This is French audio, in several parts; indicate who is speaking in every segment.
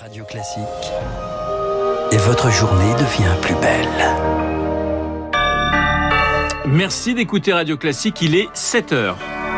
Speaker 1: Radio Classique. Et votre journée devient plus belle.
Speaker 2: Merci d'écouter Radio Classique, il est 7h.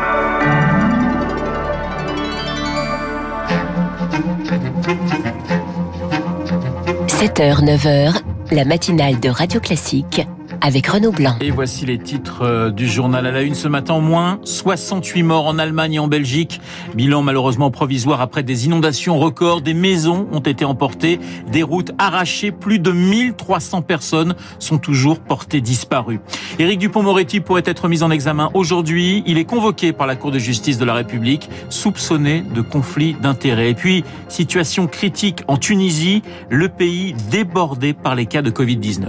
Speaker 3: « 7h, 9h, la matinale de Radio Classique avec Renaud Blanc. »
Speaker 2: Et voici les titres du journal à la une ce matin. Au moins 68 morts en Allemagne et en Belgique. Bilan malheureusement provisoire après des inondations records. Des maisons ont été emportées, des routes arrachées. Plus de 1300 personnes sont toujours portées disparues. Éric Dupond-Moretti pourrait être mis en examen aujourd'hui. Il est convoqué par la Cour de justice de la République, soupçonné de conflit d'intérêts. Et puis, situation critique en Tunisie, le pays débordé par les cas de Covid-19.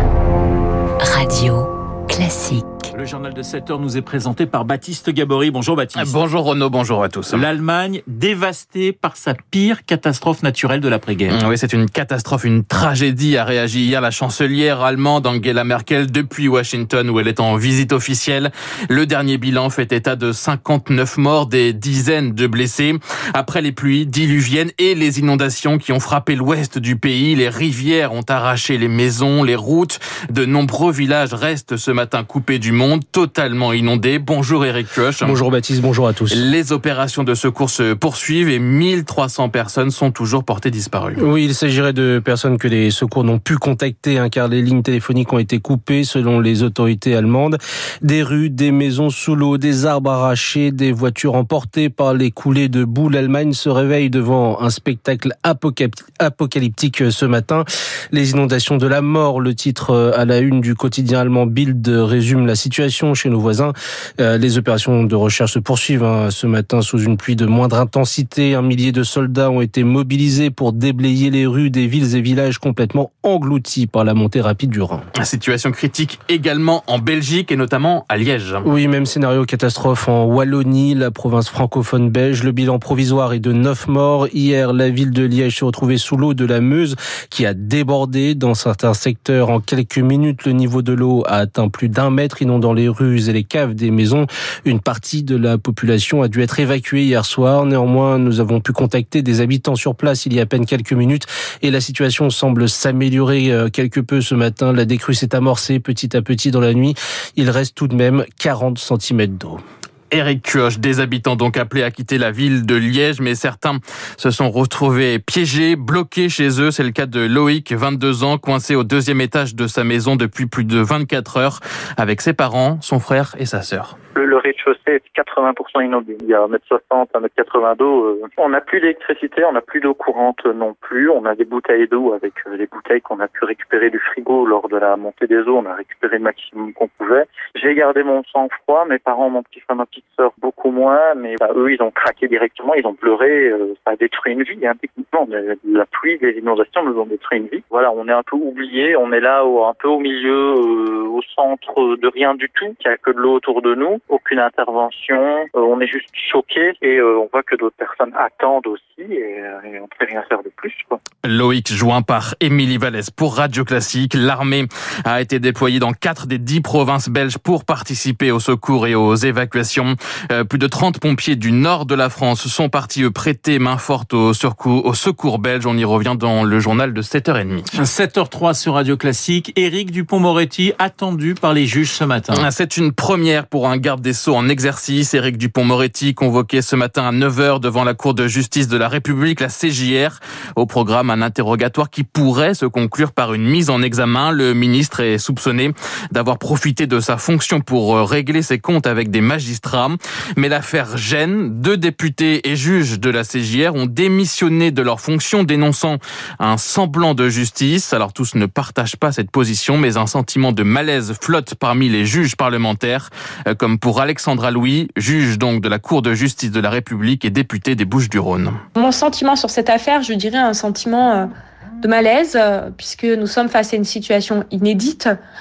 Speaker 3: Radio Classique.
Speaker 2: Le journal de 7h nous est présenté par Baptiste Gabory. Bonjour Baptiste.
Speaker 4: Bonjour Renaud, bonjour à tous.
Speaker 2: L'Allemagne dévastée par sa pire catastrophe naturelle de l'après-guerre.
Speaker 4: Oui, c'est une catastrophe, une tragédie, a réagi hier la chancelière allemande Angela Merkel depuis Washington où elle est en visite officielle. Le dernier bilan fait état de 59 morts, des dizaines de blessés. Après les pluies diluviennes et les inondations qui ont frappé l'ouest du pays, les rivières ont arraché les maisons, les routes. De nombreux villages restent ce matin coupés du monde, totalement inondé. Bonjour Eric Kioch.
Speaker 5: Bonjour Baptiste, bonjour à tous.
Speaker 4: Les opérations de secours se poursuivent et 1300 personnes sont toujours portées disparues.
Speaker 5: Oui, il s'agirait de personnes que les secours n'ont pu contacter, car les lignes téléphoniques ont été coupées selon les autorités allemandes. Des rues, des maisons sous l'eau, des arbres arrachés, des voitures emportées par les coulées de boue. L'Allemagne se réveille devant un spectacle apocalyptique ce matin. Les inondations de la mort, le titre à la une du quotidien allemand Bild résume la situation chez nos voisins. Les opérations de recherche se poursuivent ce matin sous une pluie de moindre intensité. 1 millier de soldats ont été mobilisés pour déblayer les rues des villes et villages complètement engloutis par la montée rapide du Rhin.
Speaker 4: La situation critique également en Belgique et notamment à Liège.
Speaker 5: Oui, même scénario catastrophe en Wallonie, la province francophone belge. Le bilan provisoire est de 9 morts. Hier, la ville de Liège se retrouvait sous l'eau de la Meuse qui a débordé dans certains secteurs. En quelques minutes, le niveau de l'eau a atteint plus d'1 mètre, inondant les rues et les caves des maisons. Une partie de la population a dû être évacuée hier soir. Néanmoins, nous avons pu contacter des habitants sur place il y a à peine quelques minutes et la situation semble s'améliorer quelque peu ce matin. La décrue s'est amorcée petit à petit dans la nuit. Il reste tout de même 40 cm d'eau.
Speaker 4: Eric Kioch, des habitants donc appelés à quitter la ville de Liège, mais certains se sont retrouvés piégés, bloqués chez eux. C'est le cas de Loïc, 22 ans, coincé au 2e étage de sa maison depuis plus de 24 heures, avec ses parents, son frère et sa sœur.
Speaker 6: Le rez-de-chaussée est 80% inondé. Il y a 1m60, 1m80 d'eau. On n'a plus d'électricité, on n'a plus d'eau courante non plus. On a des bouteilles d'eau avec les bouteilles qu'on a pu récupérer du frigo lors de la montée des eaux. On a récupéré le maximum qu'on pouvait. J'ai gardé mon sang-froid. Mes parents, mon petit frère, ma petite sœur, beaucoup moins. Mais eux, ils ont craqué directement. Ils ont pleuré. Ça a détruit une vie, techniquement. La pluie, les inondations nous ont détruit une vie. Voilà, on est un peu oubliés. On est là un peu au milieu, au centre de rien du tout. Il n'y a que de l'eau autour de nous. Aucune intervention, on est juste choqués et on voit que d'autres personnes attendent aussi et on ne peut rien faire de plus, quoi.
Speaker 4: Loïc, joint par Émilie Vallès pour Radio Classique. L'armée a été déployée dans 4 des 10 provinces belges pour participer aux secours et aux évacuations. Plus de 30 pompiers du nord de la France sont partis prêter main forte au secours belge. On y revient dans le journal de 7h30.
Speaker 2: 7h03 sur Radio Classique. Éric Dupond-Moretti attendu par les juges ce matin.
Speaker 4: C'est une première pour un garde des Sceaux en exercice. Éric Dupond-Moretti convoqué ce matin à 9h devant la Cour de justice de la République, la CJR. Au programme, un interrogatoire qui pourrait se conclure par une mise en examen. Le ministre est soupçonné d'avoir profité de sa fonction pour régler ses comptes avec des magistrats. Mais l'affaire gêne. 2 députés et juges de la CJR ont démissionné de leurs fonctions, dénonçant un semblant de justice. Alors tous ne partagent pas cette position, mais un sentiment de malaise flotte parmi les juges parlementaires, comme pour Alexandra Louis, juge donc de la Cour de justice de la République et députée des Bouches-du-Rhône.
Speaker 7: Mon sentiment sur cette affaire, je dirais un sentiment de malaise, puisque nous sommes face à une situation inédite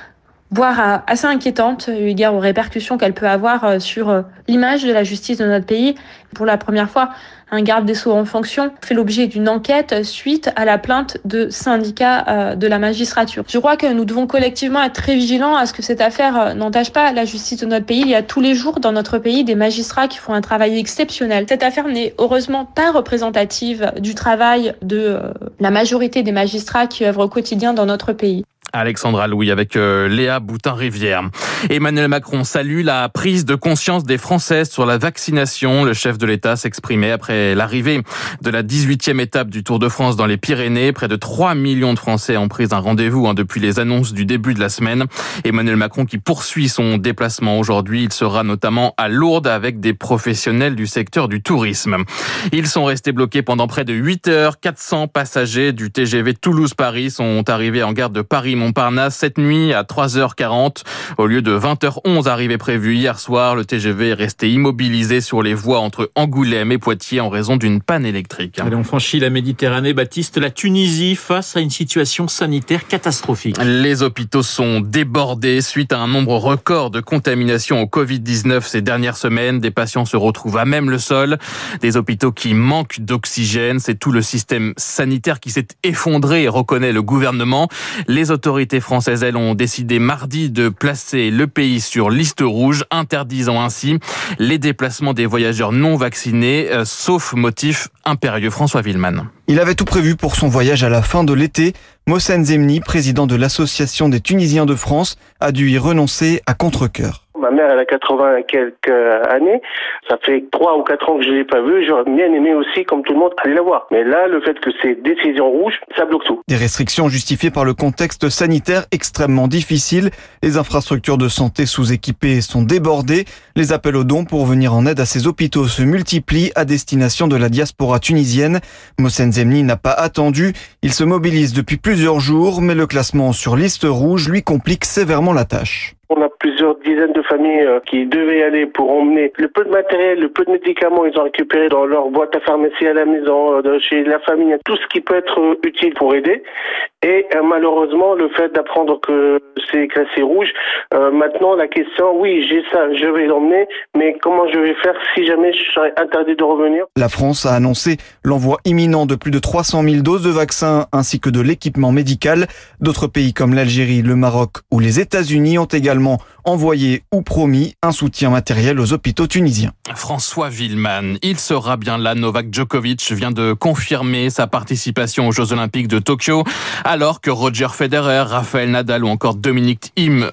Speaker 7: voire assez inquiétante, eu égard aux répercussions qu'elle peut avoir sur l'image de la justice de notre pays. Pour la première fois, un garde des Sceaux en fonction fait l'objet d'une enquête suite à la plainte de syndicats de la magistrature. Je crois que nous devons collectivement être très vigilants à ce que cette affaire n'entache pas la justice de notre pays. Il y a tous les jours dans notre pays des magistrats qui font un travail exceptionnel. Cette affaire n'est heureusement pas représentative du travail de la majorité des magistrats qui œuvrent au quotidien dans notre pays.
Speaker 4: Alexandra Louis avec Léa Boutin-Rivière. Emmanuel Macron salue la prise de conscience des Français sur la vaccination. Le chef de l'État s'exprimait après l'arrivée de la 18e étape du Tour de France dans les Pyrénées. Près de 3 millions de Français ont pris un rendez-vous depuis les annonces du début de la semaine. Emmanuel Macron qui poursuit son déplacement aujourd'hui. Il sera notamment à Lourdes avec des professionnels du secteur du tourisme. Ils sont restés bloqués pendant près de 8 heures. 400 passagers du TGV Toulouse-Paris sont arrivés en gare de Paris-Montparnasse cette nuit à 3h40. Au lieu de 20h11 arrivée prévue hier soir, le TGV est resté immobilisé sur les voies entre Angoulême et Poitiers en raison d'une panne électrique.
Speaker 2: Allez, on franchit la Méditerranée, Baptiste, la Tunisie face à une situation sanitaire catastrophique.
Speaker 4: Les hôpitaux sont débordés suite à un nombre record de contaminations au Covid-19 ces dernières semaines. Des patients se retrouvent à même le sol. Des hôpitaux qui manquent d'oxygène. C'est tout le système sanitaire qui s'est effondré, reconnaît le gouvernement. Les autorités françaises, elles, ont décidé mardi de placer le pays sur liste rouge, interdisant ainsi les déplacements des voyageurs non vaccinés, sauf motif impérieux. François Villeman.
Speaker 8: Il avait tout prévu pour son voyage à la fin de l'été. Mohsen Zemni, président de l'Association des Tunisiens de France, a dû y renoncer à contre-cœur.
Speaker 9: Ma mère, elle a 80 et quelques années. Ça fait 3 ou 4 ans que je l'ai pas vue. J'aurais bien aimé aussi, comme tout le monde, aller la voir. Mais là, le fait que c'est décision rouge, ça bloque tout.
Speaker 8: Des restrictions justifiées par le contexte sanitaire extrêmement difficile. Les infrastructures de santé sous-équipées sont débordées. Les appels aux dons pour venir en aide à ces hôpitaux se multiplient à destination de la diaspora tunisienne. Mohsen Zemni n'a pas attendu. Il se mobilise depuis plusieurs jours, mais le classement sur liste rouge lui complique sévèrement la tâche.
Speaker 9: On a plusieurs dizaines de familles qui devaient y aller pour emmener le peu de matériel, le peu de médicaments ils ont récupéré dans leur boîte à pharmacie à la maison, chez la famille, tout ce qui peut être utile pour aider. Et malheureusement, le fait d'apprendre que c'est classé rouge, maintenant la question, oui, j'ai ça, je vais l'emmener, mais comment je vais faire si jamais je serais interdit de revenir ?
Speaker 8: La France a annoncé l'envoi imminent de plus de 300 000 doses de vaccins ainsi que de l'équipement médical. D'autres pays comme l'Algérie, le Maroc ou les États-Unis ont également envoyé ou promis un soutien matériel aux hôpitaux tunisiens.
Speaker 4: François Villeman, il sera bien là. Novak Djokovic vient de confirmer sa participation aux Jeux Olympiques de Tokyo, alors que Roger Federer, Rafael Nadal ou encore Dominic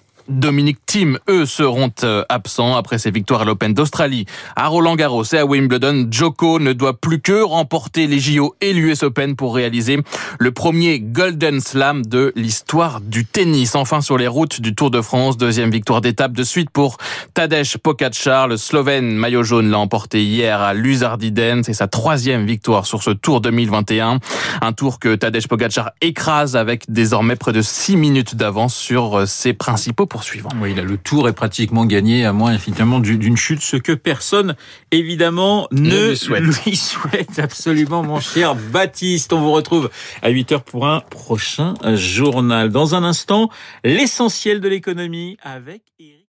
Speaker 4: Thiem, eux, seront absents après ses victoires à l'Open d'Australie. À Roland-Garros et à Wimbledon, Djoko ne doit plus que remporter les JO et l'US Open pour réaliser le premier Golden Slam de l'histoire du tennis. Enfin, sur les routes du Tour de France, deuxième victoire d'étape de suite pour Tadej Pogačar. Le Slovène maillot jaune l'a emporté hier à Luzardiden. C'est sa 3e victoire sur ce Tour 2021. Un tour que Tadej Pogačar écrase avec désormais près de 6 minutes d'avance sur ses principaux poursuivant.
Speaker 2: Oui, là, le Tour est pratiquement gagné, à moins finalement d'une chute, ce que personne, évidemment, ne lui souhaite absolument, mon cher Baptiste. On vous retrouve à 8h pour un prochain journal. Dans un instant, l'essentiel de l'économie avec Eric.